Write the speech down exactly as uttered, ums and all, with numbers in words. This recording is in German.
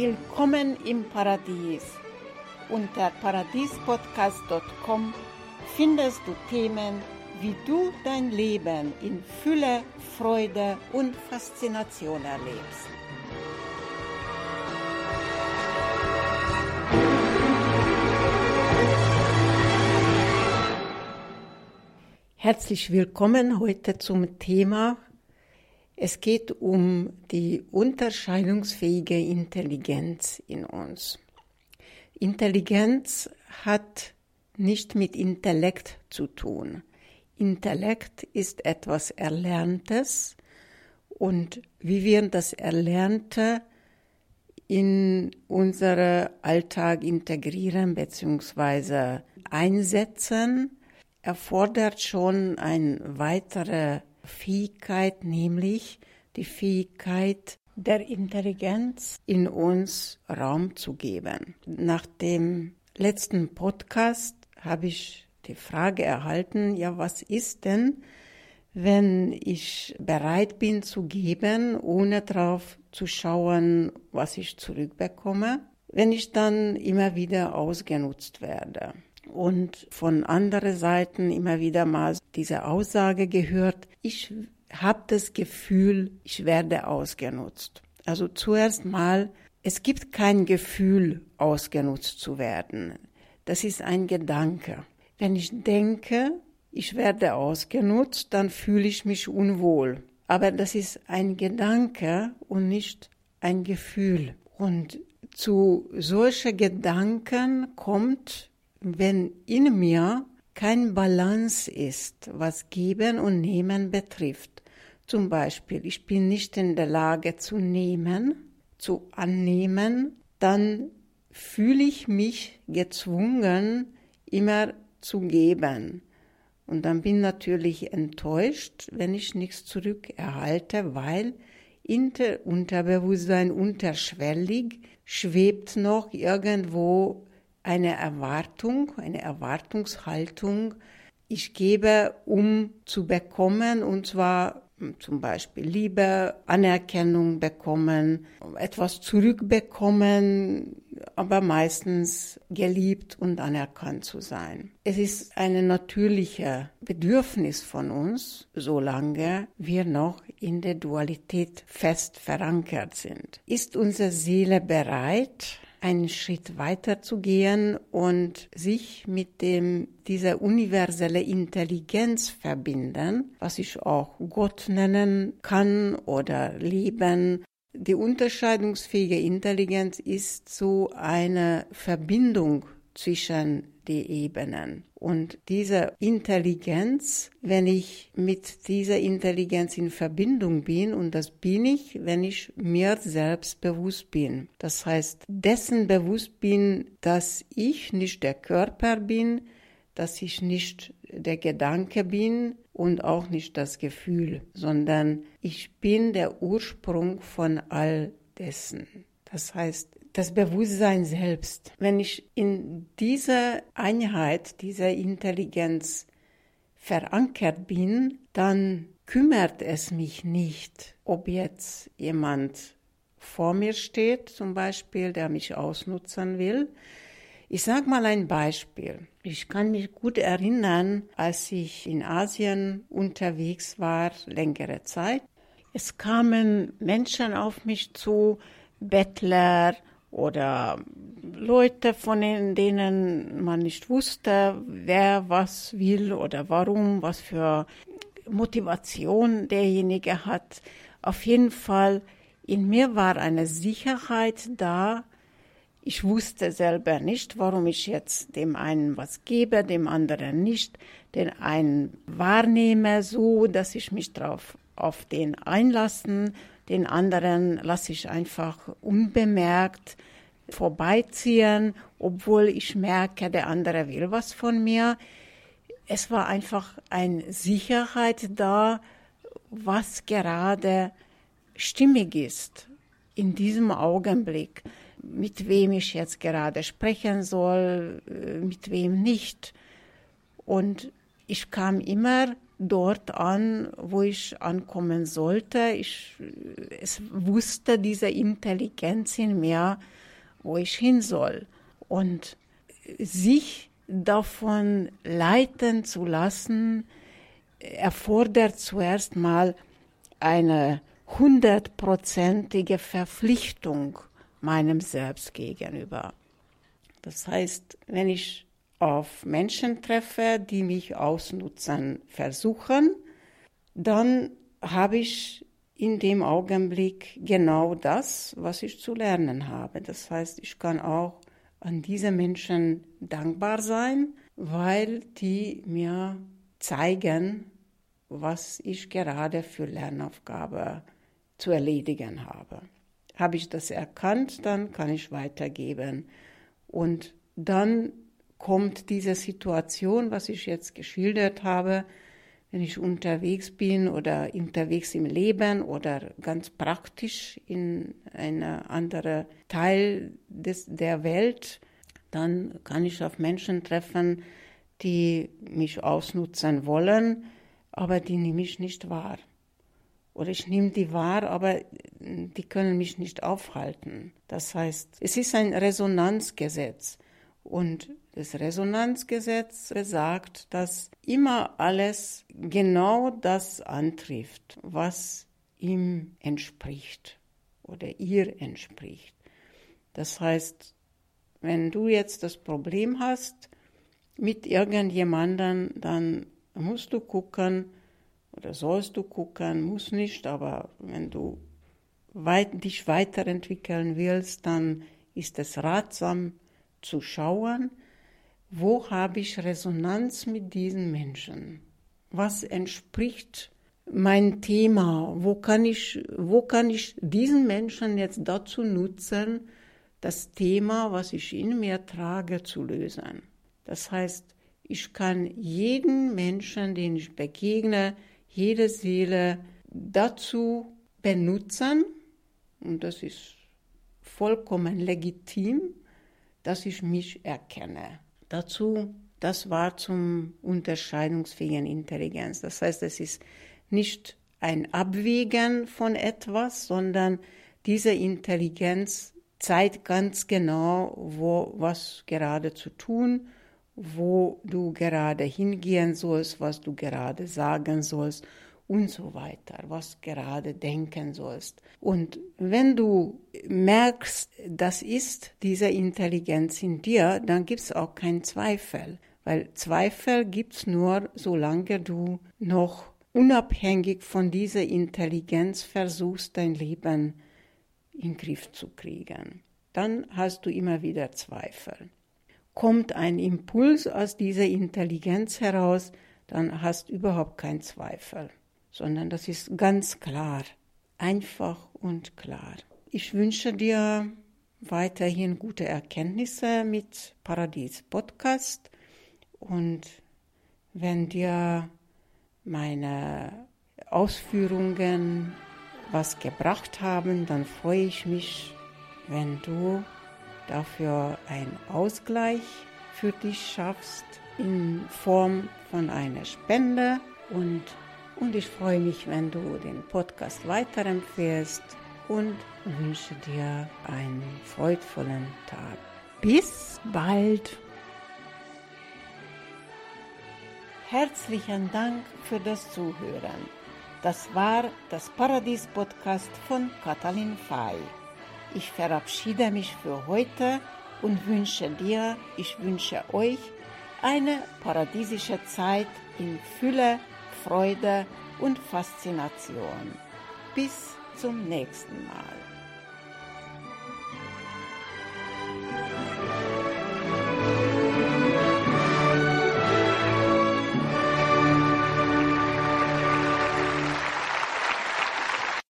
Willkommen im Paradies. Unter paradiespodcast punkt com findest du Themen, wie du dein Leben in Fülle, Freude und Faszination erlebst. Herzlich willkommen heute zum Thema. Es geht um die unterscheidungsfähige Intelligenz in uns. Intelligenz hat nicht mit Intellekt zu tun. Intellekt ist etwas Erlerntes und wie wir das Erlernte in unseren Alltag integrieren bzw. einsetzen, erfordert schon eine weitere Fähigkeit, nämlich die Fähigkeit der Intelligenz in uns Raum zu geben. Nach dem letzten Podcast habe ich die Frage erhalten, ja, was ist denn, wenn ich bereit bin zu geben, ohne drauf zu schauen, was ich zurückbekomme, wenn ich dann immer wieder ausgenutzt werde. Und von anderen Seiten immer wieder mal diese Aussage gehört, ich habe das Gefühl, ich werde ausgenutzt. Also zuerst mal, es gibt kein Gefühl, ausgenutzt zu werden. Das ist ein Gedanke. Wenn ich denke, ich werde ausgenutzt, dann fühle ich mich unwohl. Aber das ist ein Gedanke und nicht ein Gefühl. Und zu solchen Gedanken kommt, wenn in mir kein Balance ist, was Geben und Nehmen betrifft. Zum Beispiel, ich bin nicht in der Lage zu nehmen, zu annehmen, dann fühle ich mich gezwungen, immer zu geben. Und dann bin ich natürlich enttäuscht, wenn ich nichts zurückerhalte, weil in der Unterbewusstsein unterschwellig schwebt noch irgendwo eine Erwartung, eine Erwartungshaltung, ich gebe, um zu bekommen, und zwar zum Beispiel Liebe, Anerkennung bekommen, etwas zurückbekommen, aber meistens geliebt und anerkannt zu sein. Es ist ein natürliches Bedürfnis von uns, solange wir noch in der Dualität fest verankert sind. Ist unsere Seele bereit, einen Schritt weiter zu gehen und sich mit dem, dieser universelle Intelligenz verbinden, was ich auch Gott nennen kann oder Leben. Die unterscheidungsfähige Intelligenz ist so eine Verbindung zwischen die Ebenen. Und diese Intelligenz, wenn ich mit dieser Intelligenz in Verbindung bin, und das bin ich, wenn ich mir selbst bewusst bin. Das heißt, dessen bewusst bin, dass ich nicht der Körper bin, dass ich nicht der Gedanke bin und auch nicht das Gefühl, sondern ich bin der Ursprung von all dessen. Das heißt, das Bewusstsein selbst. Wenn ich in dieser Einheit, dieser Intelligenz verankert bin, dann kümmert es mich nicht, ob jetzt jemand vor mir steht, zum Beispiel, der mich ausnutzen will. Ich sage mal ein Beispiel. Ich kann mich gut erinnern, als ich in Asien unterwegs war, längere Zeit. Es kamen Menschen auf mich zu, Bettler oder Leute, von denen man nicht wusste, wer was will oder warum, was für Motivation derjenige hat. Auf jeden Fall, in mir war eine Sicherheit da. Ich wusste selber nicht, warum ich jetzt dem einen was gebe, dem anderen nicht. Den einen wahrnehme so, dass ich mich drauf auf den einlassen, den anderen lasse ich einfach unbemerkt vorbeiziehen, obwohl ich merke, der andere will was von mir. Es war einfach eine Sicherheit da, was gerade stimmig ist in diesem Augenblick, mit wem ich jetzt gerade sprechen soll, mit wem nicht. Und ich kam immer dort an, wo ich ankommen sollte. Ich es wusste diese Intelligenz in mir, wo ich hin soll. Und sich davon leiten zu lassen, erfordert zuerst mal eine hundertprozentige Verpflichtung meinem Selbst gegenüber. Das heißt, wenn ich auf Menschen treffe, die mich ausnutzen versuchen, dann habe ich in dem Augenblick genau das, was ich zu lernen habe. Das heißt, ich kann auch an diese Menschen dankbar sein, weil die mir zeigen, was ich gerade für Lernaufgabe zu erledigen habe. Habe ich das erkannt, dann kann ich weitergeben. Und dann kommt diese Situation, was ich jetzt geschildert habe, wenn ich unterwegs bin oder unterwegs im Leben oder ganz praktisch in einem anderen Teil des, der Welt, dann kann ich auf Menschen treffen, die mich ausnutzen wollen, aber die nehme ich nicht wahr. Oder ich nehme die wahr, aber die können mich nicht aufhalten. Das heißt, es ist ein Resonanzgesetz. Und das Resonanzgesetz besagt, dass immer alles genau das antrifft, was ihm entspricht oder ihr entspricht. Das heißt, wenn du jetzt das Problem hast mit irgendjemandem, dann musst du gucken, oder sollst du gucken, muss nicht, aber wenn du weit, dich weiterentwickeln willst, dann ist es ratsam zu schauen, wo habe ich Resonanz mit diesen Menschen? Was entspricht mein Thema? Wo kann ich, wo kann ich diesen Menschen jetzt dazu nutzen, das Thema, was ich in mir trage, zu lösen? Das heißt, ich kann jeden Menschen, den ich begegne, jede Seele dazu benutzen, und das ist vollkommen legitim, dass ich mich erkenne. Dazu, das war zum unterscheidungsfähigen Intelligenz. Das heißt, es ist nicht ein Abwägen von etwas, sondern diese Intelligenz zeigt ganz genau, wo, was gerade zu tun, wo du gerade hingehen sollst, was du gerade sagen sollst und so weiter, was gerade denken sollst. Und wenn du merkst, das ist diese Intelligenz in dir, dann gibt es auch keinen Zweifel, weil Zweifel gibt es nur, solange du noch unabhängig von dieser Intelligenz versuchst, dein Leben in den Griff zu kriegen. Dann hast du immer wieder Zweifel. Kommt ein Impuls aus dieser Intelligenz heraus, dann hast du überhaupt keinen Zweifel, sondern das ist ganz klar, einfach und klar. Ich wünsche dir weiterhin gute Erkenntnisse mit Paradies Podcast, und wenn dir meine Ausführungen was gebracht haben, dann freue ich mich, wenn du dafür einen Ausgleich für dich schaffst in Form von einer Spende, und, und ich freue mich, wenn du den Podcast weiterempfehlst, und wünsche dir einen freudvollen Tag. Bis bald! Herzlichen Dank für das Zuhören. Das war das Paradies-Podcast von Katalin Fay. Ich verabschiede mich für heute und wünsche dir, ich wünsche euch eine paradiesische Zeit in Fülle, Freude und Faszination. Bis zum nächsten Mal.